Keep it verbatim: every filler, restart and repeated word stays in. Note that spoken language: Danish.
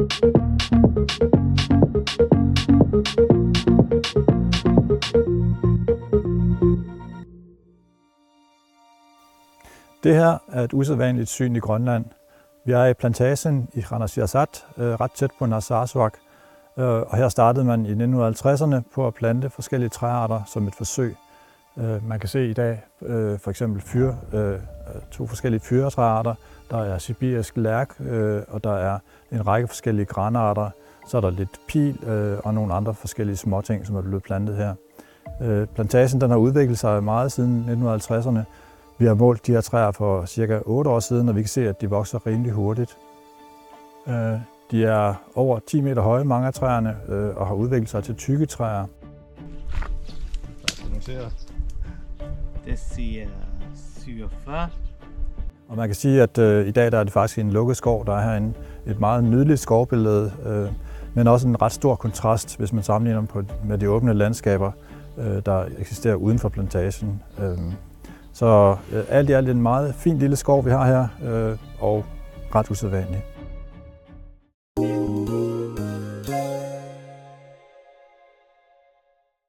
Det her er et usædvanligt syn i Grønland. Vi er i plantagen i Qanatsiarsuaq, ret tæt på Narsarsuaq, og her startede man i nitten halvtredserne på at plante forskellige træarter som et forsøg. Man kan se i dag for eksempel fyre, to forskellige fyretræarter. Der er sibirisk lærk, og der er en række forskellige granarter. Så er der lidt pil og nogle andre forskellige småting, som er blevet plantet her. Plantagen den har udviklet sig meget siden nitten halvtredserne. Vi har målt de her træer for cirka otte år siden, og vi kan se, at de vokser rimelig hurtigt. De er over ti meter høje, mange af træerne, og har udviklet sig til tykke træer. Det siger syvogfyrre. Og man kan sige, at øh, i dag der er det faktisk en lukket skov, der er herinde. Et meget nydeligt skovbillede, øh, men også en ret stor kontrast, hvis man sammenligner på, med de åbne landskaber, øh, der eksisterer uden for plantagen. Øh, så øh, alt i alt en meget fin lille skov, vi har her, øh, og ret usædvanlig.